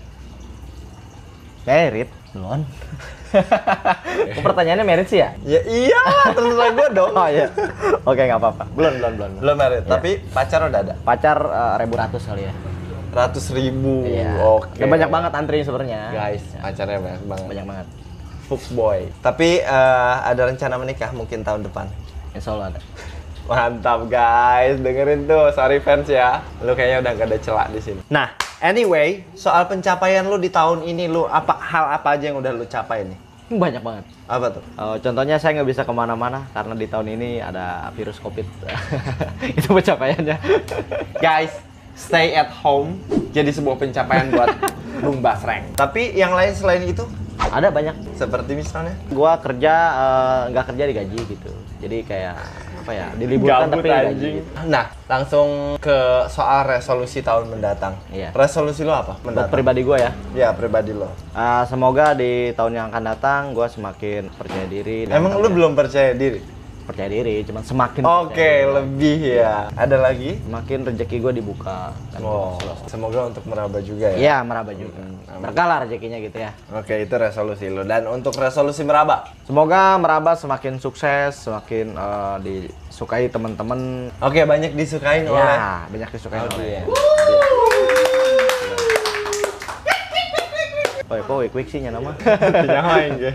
Merit? Belum. Kok pertanyaannya merit sih ya? Ya iya, terserah gue dong. Oh iya. Oke, nggak apa-apa. Belum, belum, belum. Belum married, Iya. tapi pacar udah ada. Pacar eh, ribu ratus kali ya. Ratus ribu. Iya. Oke. Udah banyak banget antri sebenarnya. Guys, Ya, pacarnya banyak banget. banyak banget. Fuckboy. Tapi eh, ada rencana menikah mungkin tahun depan. Insya Allah ada. Mantap guys, dengerin tuh. Sorry fans ya, lu kayaknya udah gak ada celak di sini. Nah, anyway, soal pencapaian lu di tahun ini, lu apa hal apa aja yang udah lu capai nih? Banyak banget. Apa tuh? Eh, contohnya saya nggak bisa kemana-mana karena di tahun ini ada virus COVID. Itu pencapaiannya. Guys, stay at home jadi sebuah pencapaian buat Bung Basreng. Tapi yang lain selain itu, Ada banyak. seperti misalnya? Gua kerja eh, nggak kerja digaji gitu. Jadi kayak apa ya? Diliburkan Gabut, tapi digaji. anjing. Gitu. Nah, langsung ke soal resolusi tahun mendatang. Iya. Resolusi lu apa? Buat Mendatang. pribadi gua ya. Ya, pribadi lo. Eh, semoga di tahun yang akan datang gua semakin percaya diri. dan Emang lu percaya- belum percaya diri? percaya diri, cuman semakin Oke, percaya diri. lebih ya. Ada lagi? Semakin rezeki gua dibuka. Dan Oh, semoga untuk meraba juga ya. Iya, meraba juga. Berkah lah rezekinya gitu ya. Oke, itu resolusi lo. Dan untuk resolusi meraba? Semoga meraba semakin sukses, semakin eh, disukai teman-teman. Oke, banyak disukain oleh. Ya, banyak disukai Oh, oleh. iya. Oi, kok quick sih nama? Nyamain gue.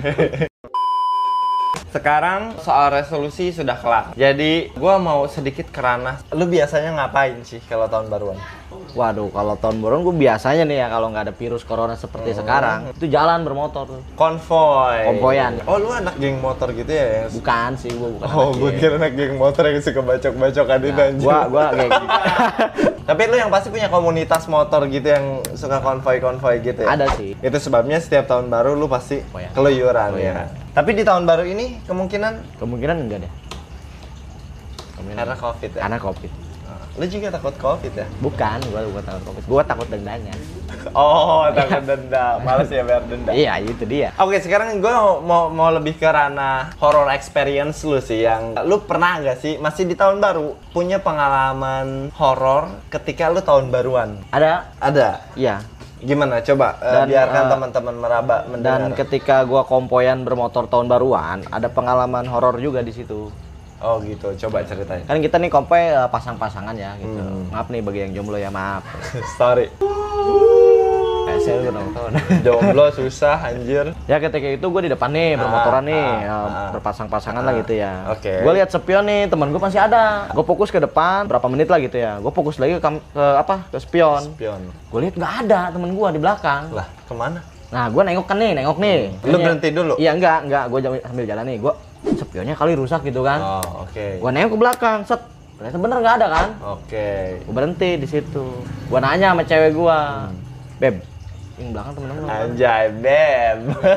Sekarang soal resolusi sudah kelar. Jadi, gua mau sedikit ke ranah. Lu biasanya ngapain sih kalau tahun baruan? Waduh, kalau tahun baru gue biasanya nih ya kalau nggak ada virus corona seperti sekarang, itu jalan bermotor tuh. Konvoy. Konvoyan. Oh, lu anak geng motor gitu ya? Yang... Bukan sih, gue bukan. Oh, anak gue geng. kira anak geng motor yang suka bacok-bacokan itu Nah, anjir. gua gua geng. Tapi lu yang pasti punya komunitas motor gitu yang suka konvoy-konvoy gitu ya? Ada sih. Itu sebabnya setiap tahun baru lu pasti Konvoyan. keluyuran Keluyuran. ya. Tapi di tahun baru ini kemungkinan Kemungkinan enggak deh. Kemungkinan. karena Covid ya? Karena covid. Ah, lu juga takut Covid ya? Bukan, gua bukan takut covid. Gua takut dendanya. Oh, takut denda. Males ya bayar denda. Iya, itu dia. Oke, sekarang gue mau mau lebih ke ranah horror experience lu sih, yang lu pernah nggak sih masih di tahun baru punya pengalaman horor ketika lu tahun baruan? Ada. Ada. Iya. Gimana? Coba eh, Dan, biarkan eh, teman-teman meraba mendengar. Dan ketika gua kompoyan bermotor tahun baruan, ada pengalaman horor juga di situ. Oh gitu, coba ceritain. Kan kita nih kompoy eh, pasang-pasangan ya gitu. Hmm. Maaf nih bagi yang jomblo ya, maaf. Sorry. Eh, saya udah nonton. Jomblo susah anjir. Ya ketika itu gue di depan nih bermotoran Ah, nih, ah, ya, ah. berpasang-pasangan Ah, lah gitu ya. oke. Gue lihat spion nih, teman gue masih ada. Gue fokus ke depan, berapa menit lah gitu ya. Gue fokus lagi ke, kam- ke apa? Ke spion. Spion. Gue lihat nggak ada temen gue di belakang. Lah, kemana? Nah, gue nengok kan nih, nengok nih. Lu Tanya- berhenti dulu? Iya enggak, enggak. Gue sambil jalan nih. Gue spionnya kali rusak gitu kan. Oh, oke. Gue nengok ke belakang, set. Ternyata bener nggak ada kan. Oke. Gue berhenti di situ. Gue nanya sama cewek gue, Hmm. Beb, yang belakang temen-temen. Anjay, Beb.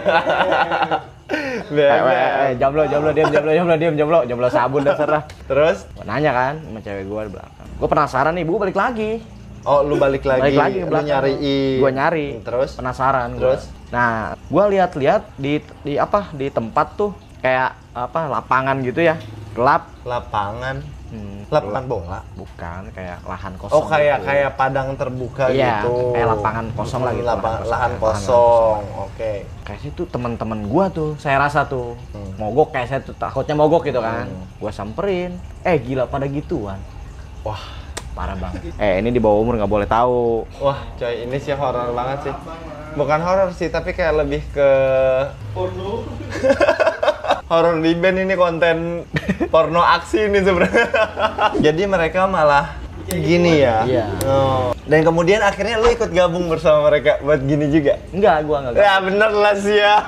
Beb. Eh, eh, eh, jomblo, jomblo, diam, jomblo, jomblo, diam, jomblo, jomblo sabun dasar lah. Terus? Gue nanya kan sama cewek gue di belakang. Gue penasaran nih, bu balik lagi. Oh, lu balik lagi. Balik lagi ke Lu belakang. nyariin. Gue nyari. Terus? Penasaran. gua. Terus? Nah, gue lihat-lihat di di apa di tempat tuh kayak apa lapangan gitu ya, gelap. Lapangan. Hmm, Lapangan bola. bukan kayak lahan kosong. Oh, kayak gitu. kayak padang terbuka Iya, gitu. kayak lapangan kosong lah gitu, Lapang- lahan lahan kosong. kosong. Oke. Kayak situ teman-teman gua tuh, saya rasa tuh Hmm. mogok kayak saya tuh takutnya mogok gitu kan. Gua samperin, eh gila pada gituan. Wah, Parah banget. Eh ini di bawah umur nggak boleh tahu. wah, coy, ini sih horor banget sih. Bukan horor sih, tapi kayak lebih ke porno. Horor di band ini konten porno aksi ini sebenarnya. Jadi mereka malah gini ya. Iya. Oh. Dan kemudian akhirnya lu ikut gabung bersama mereka buat gini juga. Enggak, gua nggak. Ya bener lah sih ya.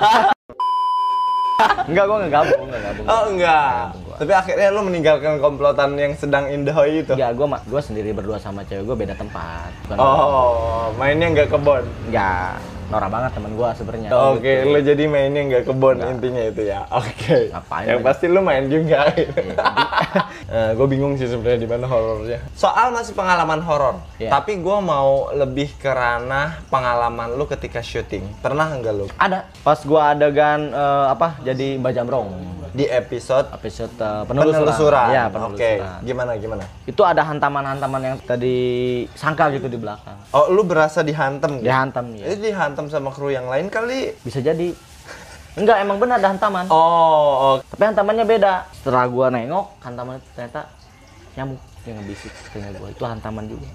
Enggak, gua nggak gabung, nggak gabung. Oh enggak. Tapi akhirnya lu meninggalkan komplotan yang sedang indahoy itu. Enggak, gua ma- gua sendiri berdua sama cewek gua beda tempat. Bukan Oh, mainnya nggak kebon. enggak. Norak banget teman gua sebenarnya. Oke, lu jadi mainnya nggak kebon intinya itu ya. Oke. Ngapain Yang lagi? pasti lu main juga. gue bingung sih sebenarnya di mana horornya. Soal masih pengalaman horor, Iya. tapi gue mau lebih ke ranah pengalaman lu ketika syuting. Pernah nggak lu Ada. Pas gua adegan eh, apa? Jadi Mbak Jamrong. di episode Episode eh, penelusuran. penelusuran? Iya, Oke. penelusuran. Gimana gimana? Itu ada hantaman-hantaman yang tadi sangkal gitu di belakang. Oh, lu berasa dihantam? gitu? Dihantam ya. Itu dihantam sama kru yang lain kali? Bisa jadi. Enggak, emang benar ada hantaman. Oh, oke. Tapi hantamannya beda. Setelah gua nengok, hantaman itu ternyata nyamuk yang ngebisik telinga gua. Itu hantaman juga.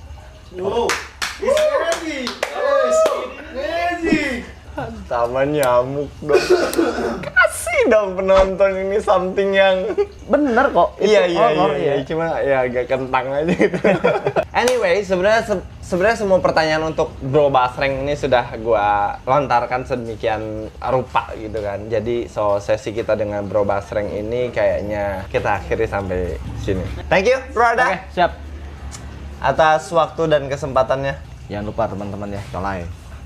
Taman nyamuk dong. Kasih dong penonton ini something yang Bener kok. itu iya iya iya, horor, iya, cuma ya agak kentang aja gitu. Anyway, sebenarnya se- sebenarnya semua pertanyaan untuk Bro Basreng ini sudah gua lontarkan sedemikian rupa gitu kan. Jadi so sesi kita dengan Bro Basreng ini kayaknya kita akhiri sampai sini. Thank you, Bro Ada, Oke, siap. atas waktu dan kesempatannya. Jangan lupa teman-teman ya, colai.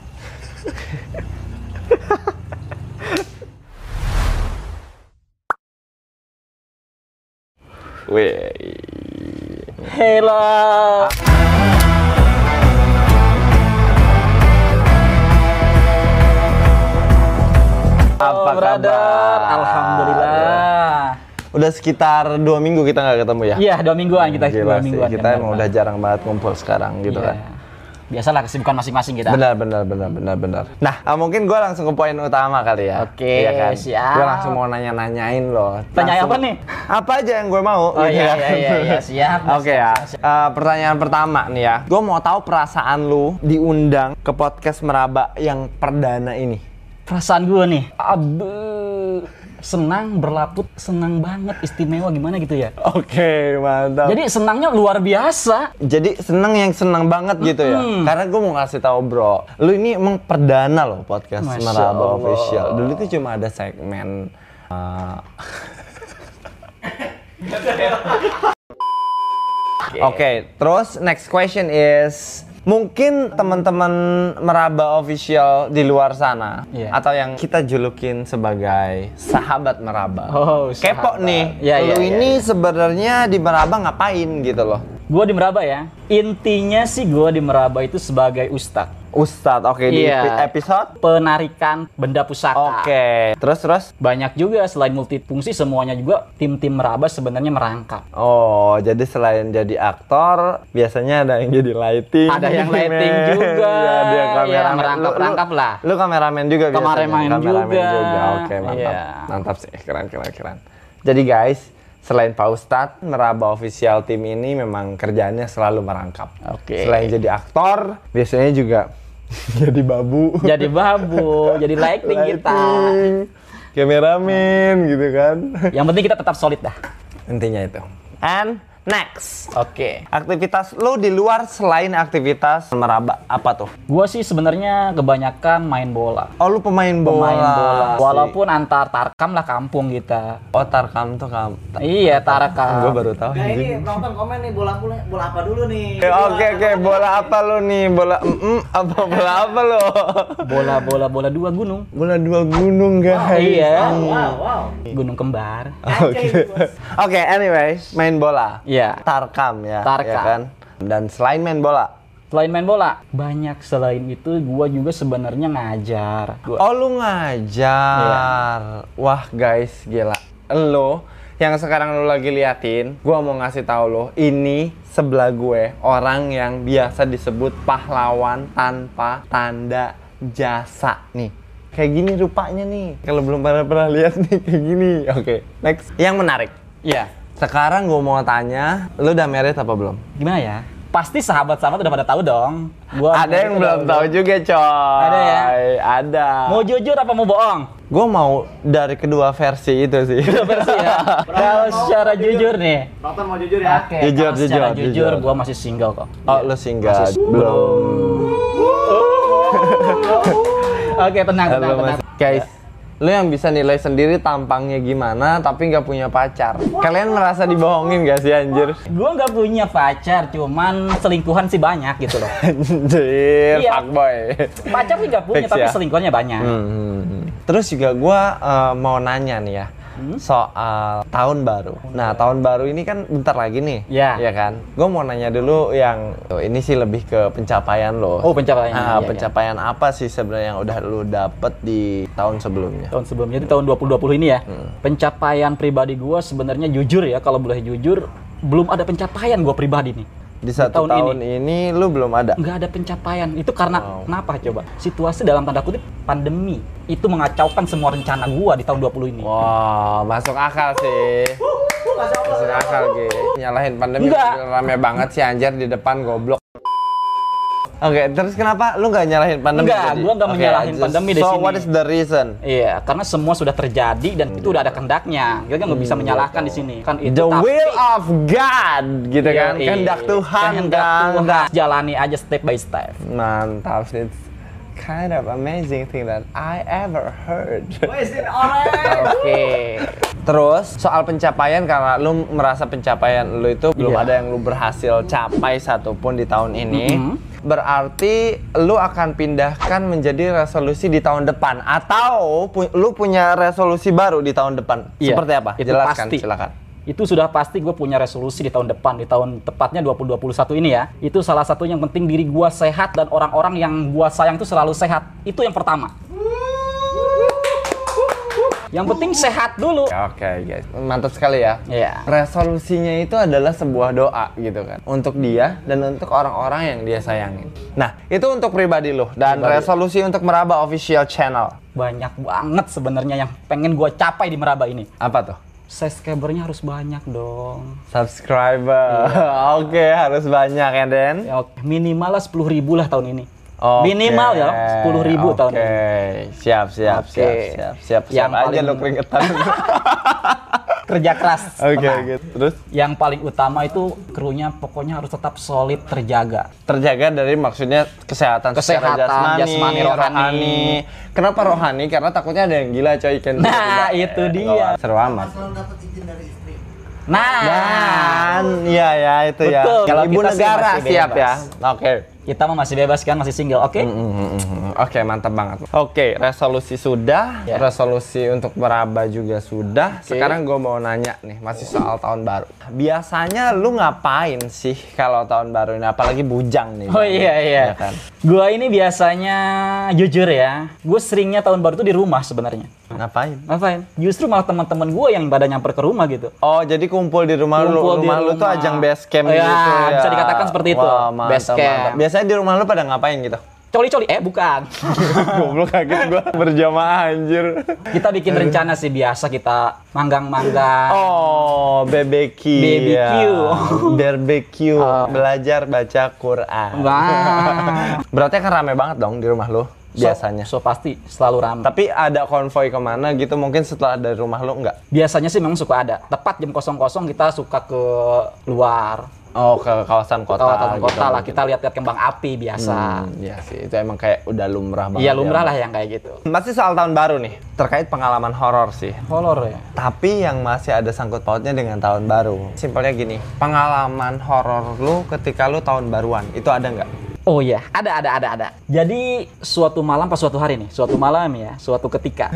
Wih. Hello. Apa brother? kabar? Alhamdulillah. Udah sekitar dua minggu kita nggak ketemu ya? Iya, dua mingguan kita Gila dua sih, mingguan. kita emang udah jarang banget ngumpul sekarang gitu Iya. kan. Biasalah kesibukan masing-masing kita. Benar, benar, benar, benar, benar. Nah, ah, mungkin gue langsung ke poin utama kali ya. Oke, Iya kan? siap. Gue langsung mau nanya-nanyain loh. Tanya Langsung- apa nih? Apa aja yang gue mau. Oh gitu iya, kan. iya, iya, iya, siap. Oke ya. Eh, pertanyaan pertama nih ya. Gue mau tahu perasaan lu diundang ke podcast Meraba yang perdana ini. Perasaan gue nih, abe, senang, berlaput, senang banget, istimewa gimana gitu ya. Oke, mantap. Jadi senangnya luar biasa. Jadi seneng yang seneng banget gitu ya. Karena gue mau ngasih tahu bro, lu ini emang perdana loh podcast Masya Meraba Allah. Official. Dulu itu cuma ada segmen. uh, Oke, terus next question is. Mungkin teman-teman Meraba Official di luar sana Iya. atau yang kita julukin sebagai sahabat Meraba. Oh, Kepo sahabat. nih. Iya, lu iya, iya, ini sebenarnya di Meraba ngapain gitu loh? Gue di Meraba ya. Intinya sih gue di Meraba itu sebagai ustadz. Ustadz, oke di Iya. epi- episode. Penarikan benda pusaka. Oke, terus terus. Banyak juga selain multifungsi semuanya juga tim-tim Meraba sebenarnya merangkap. Oh, jadi selain jadi aktor, biasanya ada yang jadi lighting. Ada yang lighting Men. juga. Iya, dia Ya, kameramen. merangkap-rangkap lah. Lu kameramen juga biasanya. Kameramen juga. Oke, mantap. Iya. Mantap sih, keren keren keren. Jadi guys, selain Pak Ustadz, Meraba Official Team ini memang kerjaannya selalu merangkap. Oke. Selain jadi aktor, biasanya juga jadi babu. Jadi babu, jadi lighting kita. Lighting, kameramen gitu kan. Yang penting kita tetap solid dah. Intinya itu. And next. Oke. Aktivitas lo di luar selain aktivitas Meraba apa tuh? Gua sih sebenarnya kebanyakan main bola. Oh, lu pemain bola. Pemain bola. Asik. Walaupun antar Tarkam lah kampung kita. Oh, Tarkam tuh kamu. Iya, Tarkam. Gue baru tahu. Nah ini anjing. penonton komen nih bola bola bola apa dulu nih? Oke oke, bola apa lo nih? Bola mm apa bola apa lo? Bola bola bola dua gunung. Bola dua gunung guys. Iya. Wow wow. Gunung kembar. Oke. Oke, anyway, main bola. Iya. Tarkam ya. Tarkam. ya kan? Dan selain main bola, Selain main bola, banyak selain itu gua juga sebenarnya ngajar. Gua, Oh lu ngajar. Wah guys, gila. Lo yang sekarang lu lagi liatin, gua mau ngasih tahu lo, ini sebelah gue orang yang biasa disebut pahlawan tanpa tanda jasa nih. Kayak gini rupanya nih. Kalau belum pernah pernah lihat nih kayak gini. Oke, next. Yang menarik. Iya. Sekarang gua mau tanya, lu udah married apa belum? Gimana ya? Pasti sahabat-sahabat udah pada tahu dong. Gua Ada yang belum tahu juga, coy. Ada ya? Ada. Mau jujur apa mau bohong? Gue mau dari kedua versi itu sih. Kedua versi ya. Kalau secara jujur nih. Nonton mau jujur ya? Oke, Jujur, kalau secara jujur, jujur, jujur. gua masih single kok. Oh, lu single. Belum. Oke, tenang, tenang, Belum tenang. masih. Guys, lu yang bisa nilai sendiri tampangnya gimana tapi nggak punya pacar. Kalian merasa dibohongin gak sih anjir? Gua nggak punya pacar, cuman selingkuhan sih banyak gitu loh. Anjir, Iya. fuckboy. Pacar sih nggak punya, Fix tapi ya? selingkuhannya banyak. Hmm, hmm, hmm. Terus juga gue uh, mau nanya nih ya, soal tahun baru. Nah, tahun baru ini kan bentar lagi nih, Ya. ya kan? Gue mau nanya dulu yang oh, ini sih lebih ke pencapaian lo. Oh, pencapaian. Ah, Iya, pencapaian apa sih sebenarnya yang udah lo dapet di tahun sebelumnya? Tahun sebelumnya itu tahun dua ribu dua puluh ini ya. Pencapaian pribadi gua sebenarnya jujur ya, kalau boleh jujur, belum ada pencapaian gua pribadi nih. Di satu tahun tahun, ini. lu belum ada? Nggak ada pencapaian. Itu karena Wow. kenapa coba? Situasi dalam tanda kutip pandemi itu mengacaukan semua rencana gua di tahun dua puluh ini. Wah, masuk akal sih. Masuk akal gitu. Nyalahin pandemi Enggak. rame banget sih anjir di depan goblok. Oke, terus kenapa lu nggak nyalahin pandemi? Enggak, tadi? gua nggak Oke, menyalahin just- pandemi di so, sini. what is the reason? Iya, karena semua sudah terjadi dan itu udah ada kehendaknya. Kita kan nggak bisa menyalahkan di sini. Kan itu The tapi- will of God, gitu kan? Iya, Kehendak Tuhan, kehendak kan? Tuhan. Jalani aja step by step. Mantap, it's kind of amazing thing that I ever heard. Wes ini orang. Oke. Terus soal pencapaian, karena lu merasa pencapaian lu itu belum Iya. ada yang lu berhasil capai satupun di tahun ini, Mhm. berarti lu akan pindahkan menjadi resolusi di tahun depan atau pu- lu punya resolusi baru di tahun depan? Iya, Seperti apa? itu Jelaskan, pasti. silakan. Itu sudah pasti gue punya resolusi di tahun depan, di tahun tepatnya dua ribu dua puluh satu ini ya. Itu salah satu yang penting diri gua sehat dan orang-orang yang gua sayang itu selalu sehat. Itu yang pertama. Yang penting sehat dulu. Oke guys, mantap sekali ya. Iya. Resolusinya itu adalah sebuah doa gitu kan, untuk dia dan untuk orang-orang yang dia sayangin. Nah, itu untuk pribadi lo dan Pribadi. resolusi untuk Meraba Official Channel. Banyak banget sebenarnya yang pengen gua capai di Meraba ini. Apa tuh? Subscribernya harus banyak dong. Subscriber. Oke, harus banyak ya Den. Ya, oke. Minimal lah sepuluh ribu lah tahun ini. Oke. Minimal ya sepuluh ribu tahun ini. Oke, siap, siap, Oke. siap, siap, siap, siap Yang aja paling- lo keringetan. Kerja keras. Oke, tenang. gitu. Terus Yang paling utama itu krunya pokoknya harus tetap solid, terjaga. terjaga dari maksudnya kesehatan, secara Kesehatan, jasmani, rohani. Kenapa rohani? Karena takutnya ada yang gila coy kan. Nah, itu dia. Seru amat. Selalu dapat izin dari istri. Nah, Dan iya ya itu ya. Betul. Kalau Ibu kita sih negara masih siap ya. bebas. Oke. kita mah masih bebas kan, masih single, oke? Mm, mm, mm, mm. Oke, mantap banget. Oke, resolusi sudah, Ya. resolusi untuk meraba juga sudah. Sekarang gue mau nanya nih, masih soal tahun baru. Biasanya lu ngapain sih kalau tahun baru ini? Apalagi bujang nih. Oh iya iya. Ya kan? Gua ini biasanya jujur ya, gue seringnya tahun baru itu di rumah sebenarnya. Ngapain? Ngapain? Justru malah teman-teman gue yang pada nyamper ke rumah gitu. Oh, jadi kumpul di rumah Kumpul lu. di Rumah lu tuh rumah. ajang base camp Oh, ya, gitu ya. bisa dikatakan seperti itu. Wah, mantap, Base camp. mantap. Biasanya di rumah lu pada ngapain gitu? Coli-coli, eh bukan. Goblok, kaget gua berjamaah anjir. Kita bikin rencana sih biasa, kita manggang-manggang. Oh, B B Q. B B Q. Ya. Barbecue, Oh. belajar baca Quran. Wah. Berarti kan rame banget dong di rumah lu biasanya. So, so pasti selalu ramai. Tapi ada konvoy kemana gitu mungkin setelah dari rumah lu enggak? Biasanya sih memang suka ada. Tepat jam kosong-kosong kita suka ke luar. Oh, ke kawasan kota. Kawasan gitu kota lah, mungkin. kita lihat-lihat kembang api biasa. Hmm, iya sih, itu emang kayak udah lumrah banget. Iya lumrah ya. lah yang kayak gitu. Masih soal tahun baru nih, terkait pengalaman horor sih. Horor ya. Tapi yang masih ada sangkut pautnya dengan tahun baru. Simpelnya gini, pengalaman horor lu ketika lu tahun baruan, itu ada nggak? Oh iya, ada ada ada ada. Jadi suatu malam pas suatu hari nih, suatu malam ya, suatu ketika.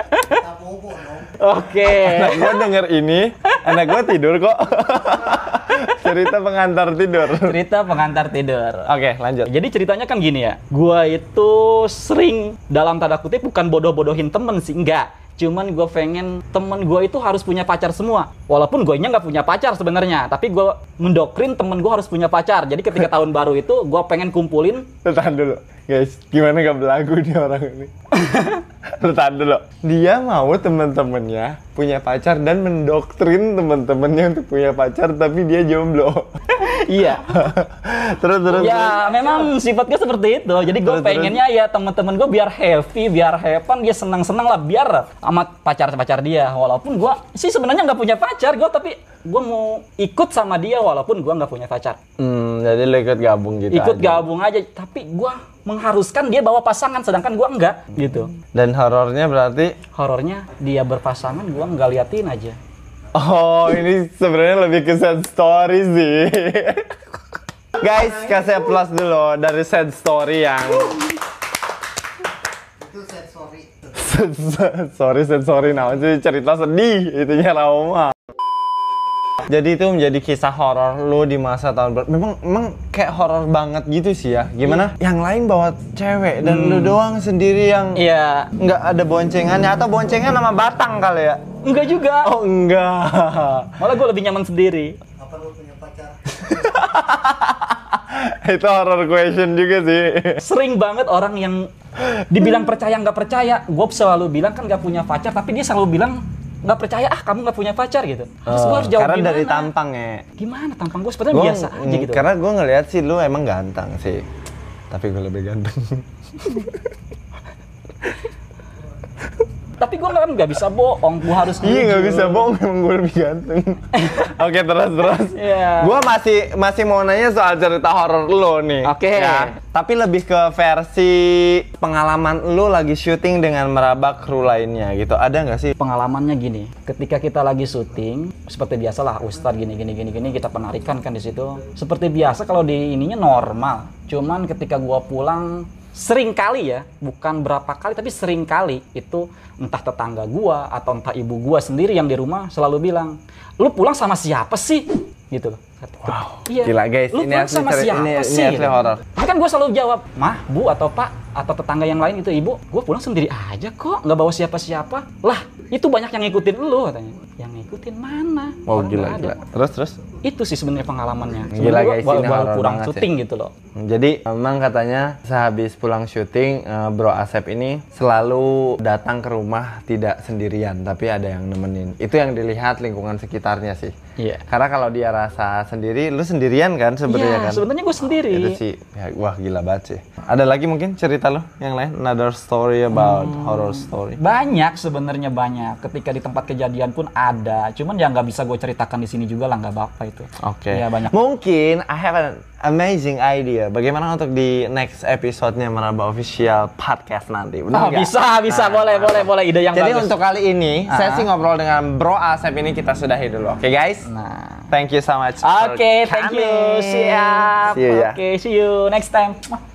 Oke. Anak gue denger ini, anak gue tidur kok. Cerita pengantar tidur. Cerita pengantar tidur. Oke, lanjut. Jadi ceritanya kan gini ya, gua itu sering dalam tanda kutip bukan bodoh-bodohin temen sih, enggak. Cuman gue pengen temen gue itu harus punya pacar semua. Walaupun gue nya nggak punya pacar sebenarnya, tapi gue mendoktrin temen gue harus punya pacar. Jadi ketika tahun baru itu gue pengen kumpulin. Tahan dulu, guys. Gimana gak belagu nih orang ini? Tahan dulu. Dia mau temen-temennya punya pacar dan mendoktrin temen-temennya untuk punya pacar, tapi dia jomblo. Iya. terus terus. Ya memang sifatnya seperti itu. Jadi gue Terus, pengennya ya temen-temen gue biar happy, biar have fun, dia senang-senang lah, biar sama pacar-pacar dia. Walaupun gue sih sebenarnya nggak punya pacar, gue tapi gue mau ikut sama dia walaupun gue nggak punya pacar. Hmm, jadi lo ikut gabung gitu. Ikut aja. gabung aja, tapi gue mengharuskan dia bawa pasangan, sedangkan gue enggak gitu. Dan horornya berarti. Horornya dia berpasangan, gue nggak liatin aja. Oh, ini sebenarnya lebih ke sad story sih. Guys, kasih plus dulu dari sad story yang. Itu sad story. sorry, sad story. Nah, itu cerita sedih, itunya Rauma. Jadi itu menjadi kisah horor lu di masa tahun baru. Memang memang kayak horor banget gitu sih ya. Gimana? Yang lain bawa cewek dan lu doang sendiri yang Iya, nggak ada boncengannya, atau boncengan sama batang kali ya? enggak juga. Oh enggak. Malah gue lebih nyaman sendiri. Apa lu punya pacar? Itu horror question juga sih. Sering banget orang yang dibilang percaya nggak percaya. Gue selalu bilang kan nggak punya pacar, tapi dia selalu bilang nggak percaya, ah kamu nggak punya pacar gitu. Terus gue harus jawab Karena gimana? dari tampang ya. Gimana tampang gue sebenarnya Gua- biasa aja gitu. Karena gue ngeliat sih lu emang ganteng sih. Tapi gue lebih ganteng. Tapi gue kan nggak bisa bohong, gue harus Iya nggak jujur. bisa bohong, emang gue lebih ganteng. Oke, terus terus. Iya. Gue masih masih mau nanya soal cerita horor lo nih. Oke. Ya, tapi lebih ke versi pengalaman lo lagi syuting dengan meraba kru lainnya gitu. Ada nggak sih? Pengalamannya gini, ketika kita lagi syuting, seperti biasalah Ustadz gini gini gini gini kita penarikan kan di situ. Seperti biasa kalau di ininya normal. Cuman ketika gua pulang sering kali ya, bukan berapa kali tapi sering kali itu entah tetangga gua atau entah ibu gua sendiri yang di rumah selalu bilang, "Lu pulang sama siapa sih?" gitu. Wow, Iya. gila guys, Lu ini pulang asli sama ceri- siapa ini- ini sih? asli gitu. horor. Tapi kan gue selalu jawab, "Mah, Bu atau Pak atau tetangga yang lain itu Ibu, gue pulang sendiri aja kok, nggak bawa siapa-siapa." Lah, itu banyak yang ngikutin lu katanya. Yang ngikutin mana? Wow, Orang gila nggak ada. gila. Terus terus. Itu sih sebenarnya pengalamannya. Gila, Sebenarnya gua guys, baru, ini baru horor kurang banget syuting gitu loh. Jadi memang katanya sehabis pulang syuting, eh, Bro Asep ini selalu datang ke rumah tidak sendirian, tapi ada yang nemenin. Itu yang dilihat lingkungan sekitarnya sih. Iya. Karena kalau dia rasa sendiri, lu sendirian kan sebenarnya Iya, kan? sebenarnya gue sendiri. Itu sih, ya, wah gila banget sih. Ada lagi mungkin cerita lo yang lain? Another story about Hmm. horror story. Banyak sebenarnya banyak. Ketika di tempat kejadian pun ada. Cuman ya nggak bisa gue ceritakan di sini juga lah, nggak apa-apa itu. Oke. Iya banyak. Mungkin I have an amazing idea. Bagaimana untuk di next episode-nya Meraba Official Podcast nanti? Benar Oh, nggak? bisa, bisa, Nah, boleh, boleh, boleh. Ide yang Jadi bagus. untuk kali ini, Ah. sesi ngobrol dengan Bro Asep ini kita sudahi dulu. Oke guys? Nah. Thank you so much. Oke, for thank you. coming. Siap. See you ya. Oke, see you next time.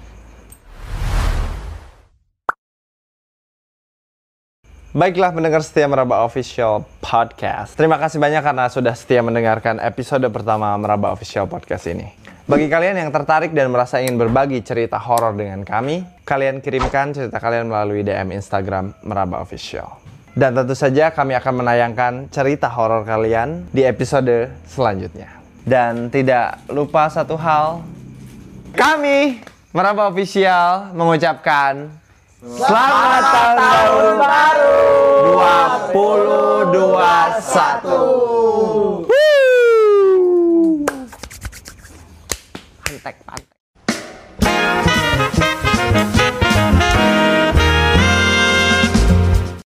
Baiklah pendengar setia Meraba Official Podcast. Terima kasih banyak karena sudah setia mendengarkan episode pertama Meraba Official Podcast ini. Bagi kalian yang tertarik dan merasa ingin berbagi cerita horor dengan kami, kalian kirimkan cerita kalian melalui D M Instagram Meraba Official. Dan tentu saja kami akan menayangkan cerita horor kalian di episode selanjutnya. Dan tidak lupa satu hal, kami Meraba Official mengucapkan Selamat Tahun Baru dua ribu dua puluh satu.